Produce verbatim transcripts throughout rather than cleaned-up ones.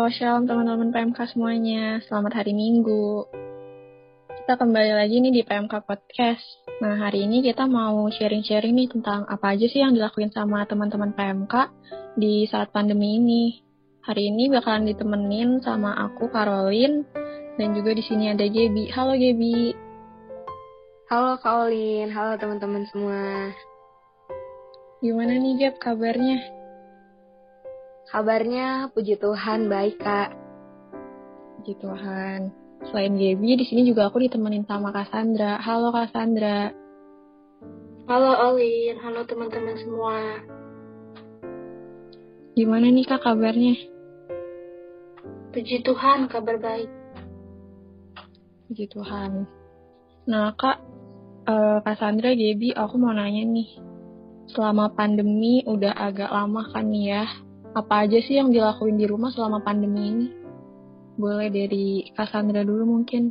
Halo, shalom teman-teman P M K semuanya. Selamat hari Minggu. Kita kembali lagi nih di P M K Podcast. Nah, hari ini kita mau sharing-sharing nih tentang apa aja sih yang dilakuin sama teman-teman P M K di saat pandemi ini. Hari ini bakalan ditemenin sama aku, Caroline, dan juga di sini ada Gaby. Halo, Gaby. Halo, Kak Olin. Halo, teman-teman semua. Gimana nih, Gab, kabarnya? Kabarnya, puji Tuhan, baik, Kak. Puji Tuhan. Selain Gaby, di sini juga aku ditemenin sama Cassandra. Halo, Cassandra. Halo Olin, halo teman-teman semua. Gimana nih Kak kabarnya? Puji Tuhan, kabar baik. Puji Tuhan. Nah Kak, uh, Cassandra, Gaby, aku mau nanya nih. Selama pandemi udah agak lama kan nih ya. Apa aja sih yang dilakuin di rumah selama pandemi ini? Boleh dari Cassandra dulu mungkin.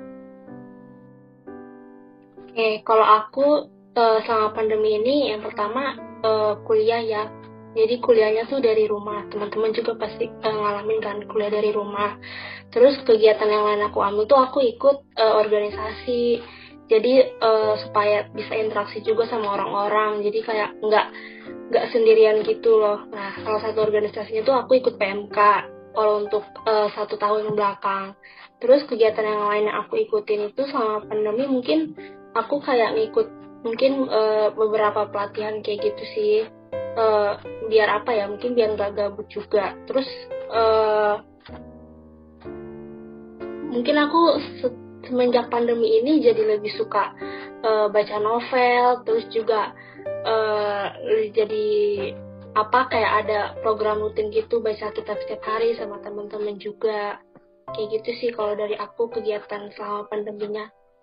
Oke, kalau aku uh, selama pandemi ini yang pertama uh, kuliah ya. Jadi kuliahnya tuh dari rumah. Teman-teman juga pasti uh, ngalamin kan kuliah dari rumah. Terus kegiatan yang lain aku ambil tuh aku ikut uh, organisasi. Jadi uh, supaya bisa interaksi juga sama orang-orang. Jadi kayak nggak nggak sendirian gitu loh. Nah, salah satu organisasinya tuh aku ikut P M K. Kalau untuk uh, satu tahun belakang. Terus kegiatan yang lain yang aku ikutin itu selama pandemi mungkin aku kayak ngikut mungkin uh, beberapa pelatihan kayak gitu sih. Uh, biar apa ya, mungkin biar nggak gabut juga. Terus uh, mungkin aku se- semenjak pandemi ini jadi lebih suka uh, baca novel. Terus juga uh, jadi apa kayak ada program rutin gitu, baca kitab setiap hari sama teman-teman juga. Kayak gitu sih kalau dari aku kegiatan selama pandeminya.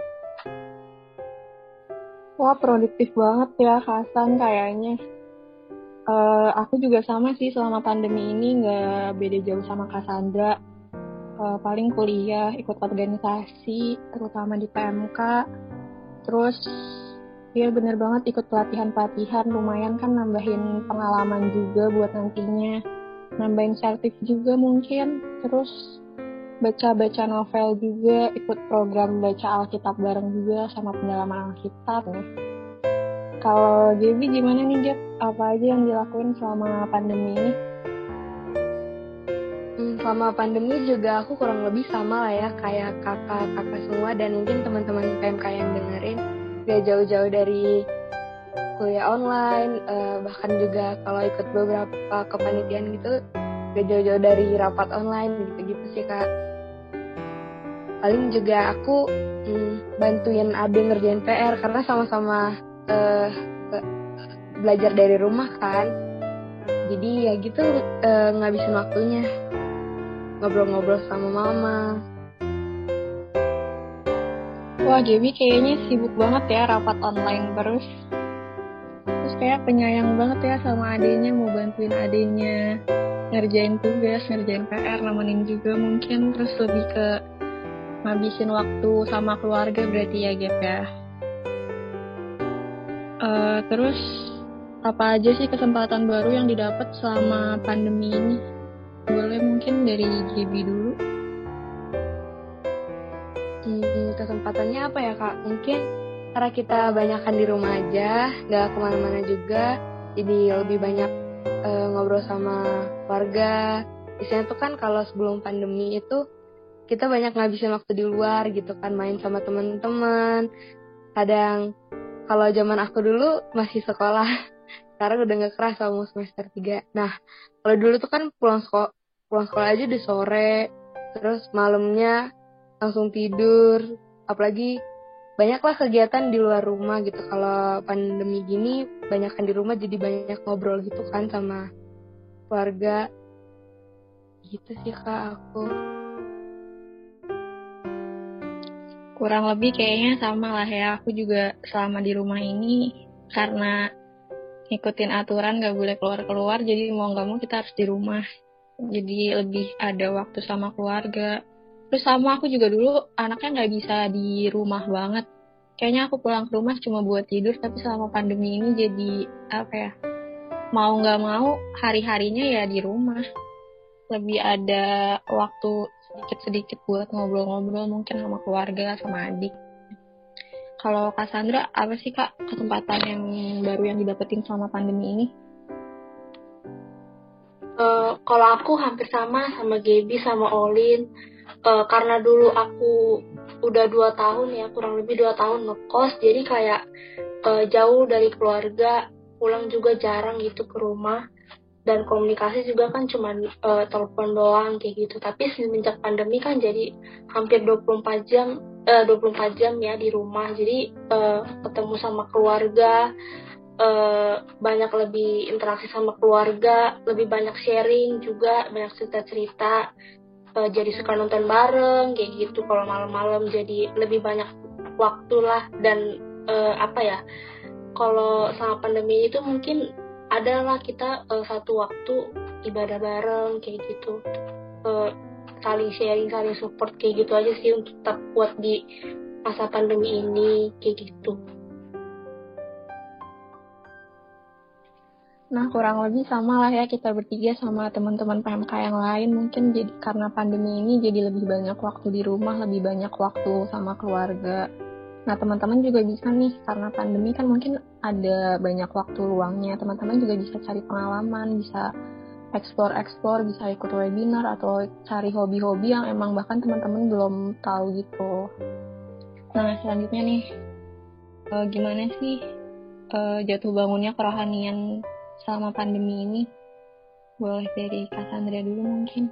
Wah, produktif banget ya Hasan kayaknya. Uh, aku juga sama sih selama pandemi ini, nggak beda jauh sama Cassandra. Uh, paling kuliah, ikut organisasi, terutama di P M K. Terus, ya bener banget ikut pelatihan-pelatihan, lumayan kan nambahin pengalaman juga buat nantinya. Nambahin sertif juga mungkin. Terus, baca-baca novel juga, ikut program baca Alkitab bareng juga sama pendalaman Alkitab nih. Kalau Gaby gimana nih, Gap? Apa aja yang dilakuin selama pandemi ini? Hmm, selama pandemi juga aku kurang lebih sama lah ya, kayak kakak-kakak semua dan mungkin teman-teman P M K yang dengerin. Gak jauh-jauh dari kuliah online, uh, bahkan juga kalau ikut beberapa kepanitiaan gitu, gak jauh-jauh dari rapat online gitu-gitu sih, Kak. Paling juga aku hmm, bantuin adik ngerjain P R karena sama-sama uh, belajar dari rumah kan, jadi ya gitu uh, ngabisin waktunya ngobrol-ngobrol sama mama. Wah, Gaby kayaknya sibuk banget ya rapat online terus. Terus kayak penyayang banget ya sama adenya, mau bantuin adenya ngerjain tugas, ngerjain P R, nemenin juga mungkin. Terus lebih ke ngabisin waktu sama keluarga berarti ya, Gap ya. Uh, terus apa aja sih kesempatan baru yang didapat selama pandemi ini? Boleh mungkin dari Gaby dulu. Hmm, kesempatannya apa ya, Kak? Mungkin karena kita banyakan di rumah aja, gak kemana-mana juga, jadi lebih banyak e, ngobrol sama keluarga. Biasanya tuh kan kalau sebelum pandemi itu kita banyak ngabisin waktu di luar gitu kan, main sama teman-teman. Kadang kalau zaman aku dulu masih sekolah, sekarang udah gak keras mau semester tiga. Nah, kalau dulu tuh kan pulang sekolah, pulang sekolah aja udah sore, terus malamnya langsung tidur. Apalagi banyaklah kegiatan di luar rumah gitu. Kalau pandemi gini banyakan di rumah, jadi banyak ngobrol gitu kan sama keluarga. Gitu sih, Kak, aku. Kurang lebih kayaknya sama lah ya. Aku juga selama di rumah ini karena ngikutin aturan gak boleh keluar-keluar, jadi mau gak mau kita harus di rumah. Jadi lebih ada waktu sama keluarga. Terus sama aku juga dulu anaknya gak bisa di rumah banget. Kayaknya aku pulang ke rumah cuma buat tidur, tapi selama pandemi ini jadi apa ya, mau gak mau hari-harinya ya di rumah. lebih ada waktu sedikit-sedikit buat ngobrol-ngobrol mungkin sama keluarga, sama adik. Kalau Kak Sandra, apa sih Kak kesempatan yang baru yang didapetin selama pandemi ini? Uh, kalau aku hampir sama sama Gaby sama Olin. Uh, karena dulu aku udah dua tahun ya, kurang lebih dua tahun ngekos, jadi kayak uh, jauh dari keluarga, pulang juga jarang gitu ke rumah, dan komunikasi juga kan cuma uh, telepon doang kayak gitu. Tapi semenjak pandemi kan jadi hampir dua puluh empat jam uh, dua puluh empat jam ya di rumah, jadi uh, ketemu sama keluarga, uh, banyak lebih interaksi sama keluarga, lebih banyak sharing juga, banyak cerita-cerita, uh, jadi suka nonton bareng kayak gitu kalau malam-malam, jadi lebih banyak waktu lah. Dan uh, apa ya, kalau sama pandemi itu mungkin adalah kita uh, satu waktu ibadah bareng kayak gitu, uh, saling sharing, saling support kayak gitu aja sih untuk tetap kuat di masa pandemi ini kayak gitu. Nah, kurang lebih sama lah ya kita bertiga sama teman-teman P M K yang lain. Mungkin jadi karena pandemi ini jadi lebih banyak waktu di rumah, lebih banyak waktu sama keluarga. Nah, teman-teman juga bisa nih, karena pandemi kan mungkin ada banyak waktu luangnya. Teman-teman juga bisa cari pengalaman, bisa explore-explore, bisa ikut webinar, atau cari hobi-hobi yang emang bahkan teman-teman belum tahu gitu. Nah, selanjutnya nih, uh, gimana sih uh, jatuh bangunnya kerohanian selama pandemi ini? Boleh dari Kak Sandra dulu mungkin.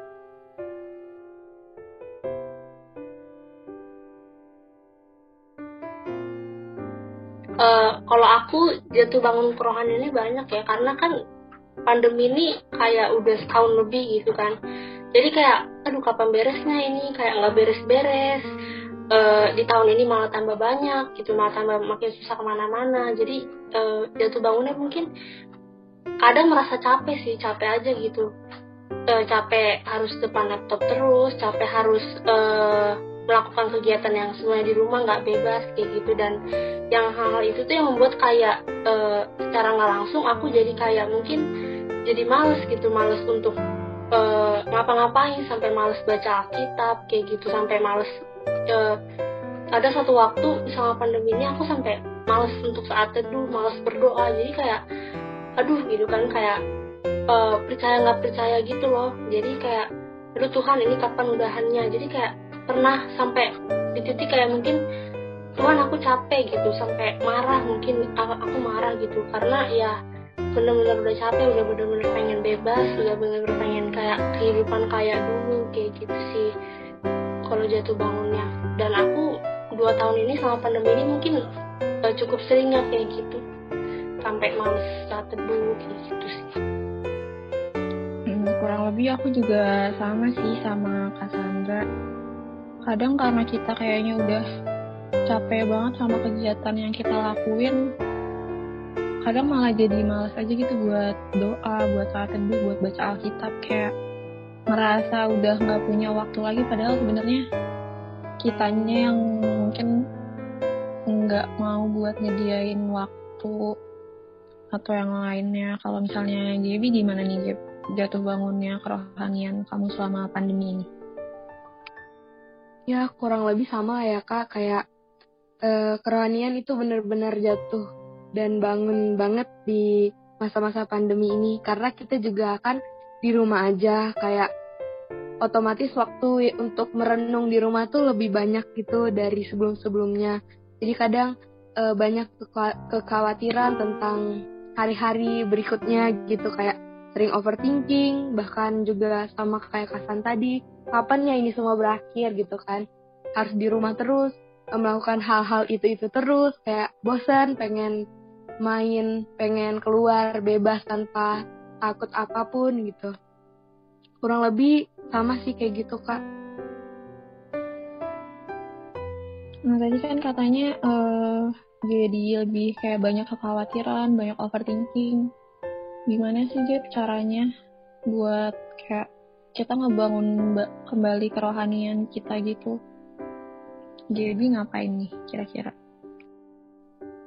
Uh, kalau aku jatuh bangun kerohaniannya banyak ya, karena kan pandemi ini kayak udah setahun lebih gitu kan. Jadi kayak, aduh kapan beresnya ini, kayak nggak beres-beres. Uh, di tahun ini malah tambah banyak gitu, malah tambah makin susah kemana-mana. Jadi uh, jatuh bangunnya mungkin kadang merasa capek sih, capek aja gitu. Uh, capek harus depan laptop terus, capek harus uh, melakukan kegiatan yang semuanya di rumah, nggak bebas kayak gitu. Dan yang hal-hal itu tuh yang membuat kayak uh, secara nggak langsung aku jadi kayak mungkin jadi males gitu, males untuk uh, ngapa-ngapain, sampai males baca Alkitab kayak gitu, sampai males uh, ada satu waktu sama pandemi ini aku sampai males untuk saat teduh, males berdoa. Jadi kayak aduh gitu kan, kayak uh, percaya nggak percaya gitu loh. Jadi kayak aduh Tuhan, ini kapan udahannya. Jadi kayak pernah sampai di titik kayak mungkin Tuhan aku capek gitu, sampai marah, mungkin aku marah gitu, karena ya bener-bener udah capek, udah bener-bener pengen bebas, udah bener-bener pengen kayak kehidupan kayak dulu kayak gitu sih kalau jatuh bangunnya. Dan aku dua tahun ini sama pandemi ini mungkin uh, cukup seringnya kayak gitu, sampai males saat teduh kayak gitu sih. Hmm, kurang lebih aku juga sama sih sama Kak Sandra. Kadang karena kita kayaknya udah capek banget sama kegiatan yang kita lakuin, kadang malah jadi malas aja gitu buat doa, buat saat teduh, buat baca Alkitab. Kayak merasa udah nggak punya waktu lagi, padahal sebenarnya kitanya yang mungkin nggak mau buat nyediain waktu atau yang lainnya. Kalau misalnya Gaby gimana nih Gab, jatuh bangunnya kerohanian kamu selama pandemi ini? Ya kurang lebih sama ya Kak, kayak eh, kerohanian itu benar-benar jatuh dan bangun banget di masa-masa pandemi ini, karena kita juga kan di rumah aja, kayak otomatis waktu untuk merenung di rumah tuh lebih banyak gitu dari sebelum-sebelumnya. Jadi kadang e, banyak kekhawatiran tentang hari-hari berikutnya gitu, kayak sering overthinking, bahkan juga sama kayak Kasan tadi, kapan ya ini semua berakhir gitu kan. Harus di rumah terus, melakukan hal-hal itu-itu terus, kayak bosan, pengen main, pengen keluar bebas tanpa takut apapun gitu. Kurang lebih sama sih kayak gitu Kak. Nah tadi kan katanya uh, jadi lebih kayak banyak kekhawatiran, banyak overthinking. Gimana sih Jeb caranya buat kayak kita ngebangun kembali kerohanian kita gitu? Jadi ngapain nih kira-kira?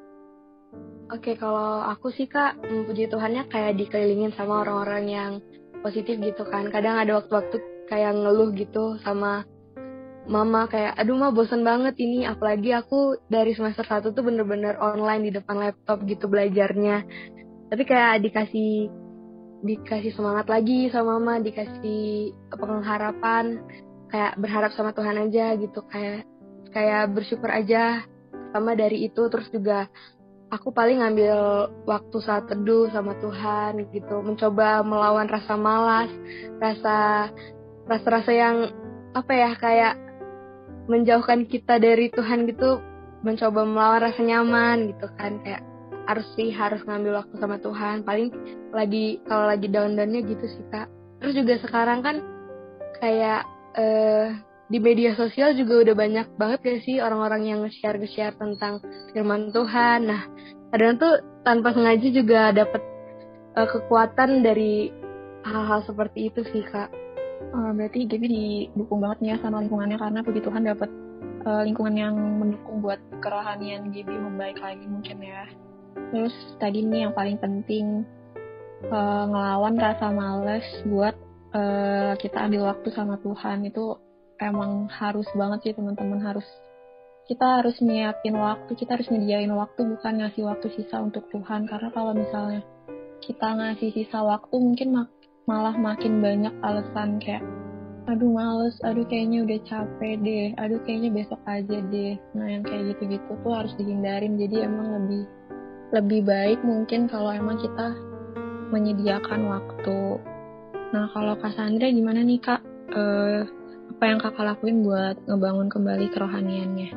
Oke, kalau aku sih Kak, puji Tuhannya kayak dikelilingin sama orang-orang yang positif gitu kan. Kadang ada waktu-waktu kayak ngeluh gitu sama mama kayak, aduh mah bosan banget ini, apalagi aku dari semester satu tuh bener-bener online di depan laptop gitu belajarnya. Tapi kayak dikasih dikasih semangat lagi sama mama, dikasih pengharapan, kayak berharap sama Tuhan aja gitu, kayak kayak bersyukur aja sama dari itu. Terus juga aku paling ngambil waktu saat teduh sama Tuhan gitu, mencoba melawan rasa malas, rasa rasa-rasa yang apa ya, kayak menjauhkan kita dari Tuhan gitu, mencoba melawan rasa nyaman gitu kan, kayak harus sih harus ngambil waktu sama Tuhan, paling lagi kalau lagi down-downnya gitu sih Kak. Terus juga sekarang kan kayak eh, di media sosial juga udah banyak banget gak sih orang-orang yang nge-share nge-share tentang firman Tuhan. Nah kadang tuh tanpa sengaja juga dapet eh, kekuatan dari hal-hal seperti itu sih Kak. Uh, berarti Gaby didukung banget nih ya sama lingkungannya, karena puji Tuhan dapat uh, lingkungan yang mendukung buat kerohanian Gaby membaik lagi mungkin ya. Terus tadi nih yang paling penting, uh, ngelawan rasa males buat uh, kita ambil waktu sama Tuhan. Itu emang harus banget sih teman-teman, harus kita harus nyiapin waktu, kita harus nyediain waktu, bukan ngasih waktu sisa untuk Tuhan. Karena kalau misalnya kita ngasih sisa waktu, mungkin mak- malah makin banyak alasan kayak aduh males, aduh kayaknya udah capek deh, aduh kayaknya besok aja deh. Nah yang kayak gitu-gitu tuh harus dihindarin. Jadi emang lebih lebih baik mungkin kalau emang kita menyediakan waktu. Nah kalau Kak Sandra gimana nih Kak, eh, apa yang Kakak lakuin buat ngebangun kembali kerohaniannya?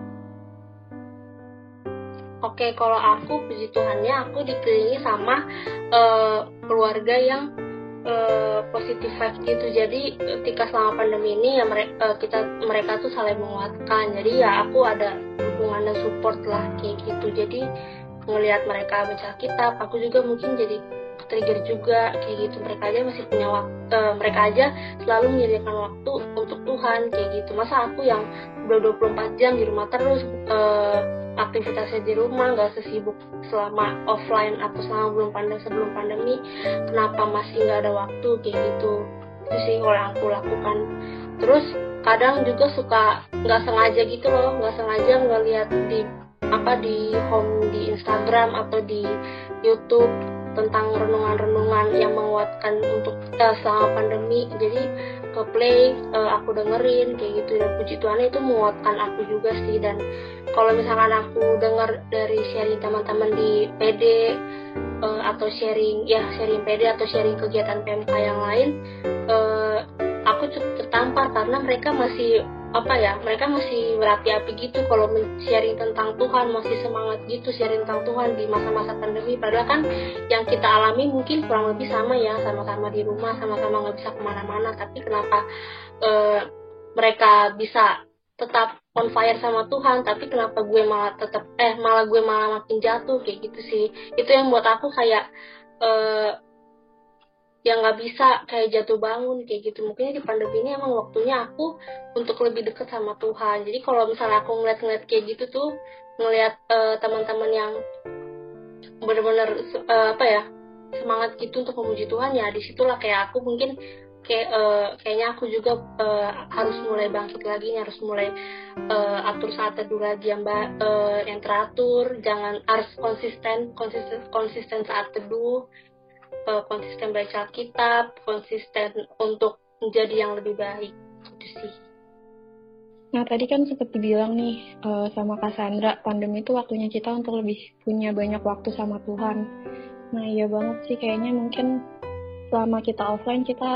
Oke, kalau aku puji Tuhannya aku dikelilingi sama uh, keluarga yang uh, positif vibes gitu. Jadi ketika selama pandemi ini ya mereka uh, kita mereka tuh saling menguatkan. Jadi ya aku ada dukungan dan support lah kayak gitu. Jadi ngelihat mereka baca kitab, aku juga mungkin jadi trigger juga kayak gitu. Mereka aja masih punya waktu, uh, mereka aja selalu menyediakan waktu untuk Tuhan kayak gitu. Masa aku yang udah dua puluh empat jam di rumah terus, uh, aktivitasnya di rumah, nggak sesibuk selama offline atau selama belum pandemi sebelum pandemi, kenapa masih nggak ada waktu kayak gitu. Itu sih kalau yang aku lakukan. Terus kadang juga suka nggak sengaja gitu loh, nggak sengaja ngeliat di apa di home di Instagram atau di YouTube tentang renungan-renungan yang menguatkan untuk uh, selama pandemi. Jadi ke play, uh, aku dengerin kayak gitu, dan puji Tuhan itu menguatkan aku juga sih. Dan kalau misalkan aku dengar dari sharing teman-teman di P D uh, atau sharing ya sharing P D atau sharing kegiatan P M K yang lain, uh, aku cukup tertampar karena mereka masih apa ya, mereka masih berapi-api gitu kalau sharing tentang Tuhan, masih semangat gitu sharing tentang Tuhan di masa-masa pandemi. Padahal kan yang kita alami mungkin kurang lebih sama ya, sama-sama di rumah, sama-sama nggak bisa kemana-mana. Tapi kenapa uh, mereka bisa tetap on fire sama Tuhan, tapi kenapa gue malah tetap eh malah gue malah makin jatuh kayak gitu sih. Itu yang buat aku kayak uh, yang nggak bisa kayak jatuh bangun kayak gitu. Mungkin di pandemi ini emang waktunya aku untuk lebih dekat sama Tuhan. Jadi kalau misalnya aku ngeliat-ngeliat kayak gitu tuh, ngeliat uh, teman-teman yang benar-benar uh, apa ya semangat gitu untuk memuji Tuhan, ya disitulah kayak aku mungkin kayak uh, kayaknya aku juga uh, harus mulai bangkit lagi, harus mulai uh, atur saat teduh lagi yang uh, yang teratur, jangan harus konsisten konsisten konsisten saat teduh, uh, konsisten baca kitab, konsisten untuk menjadi yang lebih baik itu sih. Nah tadi kan seperti bilang nih uh, sama Kak Sandra, pandemi itu waktunya kita untuk lebih punya banyak waktu sama Tuhan. Nah iya banget sih, kayaknya mungkin selama kita offline kita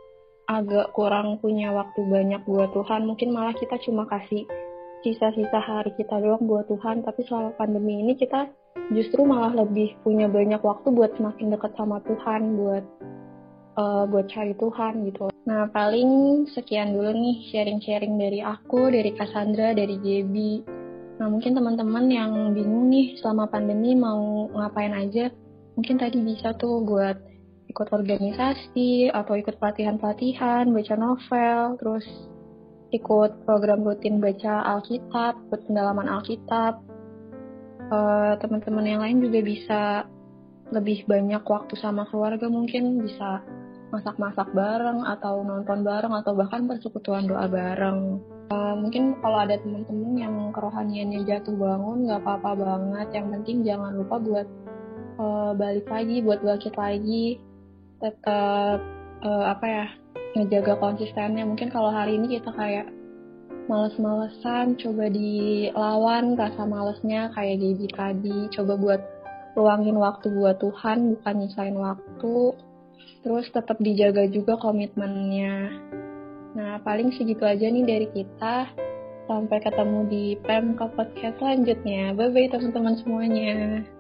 agak kurang punya waktu banyak buat Tuhan. Mungkin malah kita cuma kasih sisa-sisa hari kita doang buat Tuhan. Tapi selama pandemi ini kita justru malah lebih punya banyak waktu buat semakin dekat sama Tuhan, buat uh, buat cari Tuhan gitu. Nah paling sekian dulu nih sharing-sharing dari aku, dari Kak Sandra, dari Gaby. Nah mungkin teman-teman yang bingung nih selama pandemi mau ngapain aja, mungkin tadi bisa tuh buat ikut organisasi atau ikut pelatihan-pelatihan, baca novel, terus ikut program rutin baca Alkitab, buat pendalaman Alkitab. Uh, teman-teman yang lain juga bisa lebih banyak waktu sama keluarga, mungkin bisa masak-masak bareng atau nonton bareng atau bahkan persekutuan doa bareng. Uh, mungkin kalau ada teman-teman yang kerohaniannya jatuh bangun, nggak apa-apa banget. Yang penting jangan lupa buat uh, balik lagi, buat bangkit lagi, tetap uh, apa ya, ngejaga konsistennya. Mungkin kalau hari ini kita kayak males-malesan, coba dilawan rasa malesnya kayak Gaby tadi. Coba buat luangin waktu buat Tuhan, bukan nyisain waktu. Terus tetap dijaga juga komitmennya. Nah, paling segitu aja nih dari kita. Sampai ketemu di P E M K Podcast selanjutnya. Bye-bye teman-teman semuanya.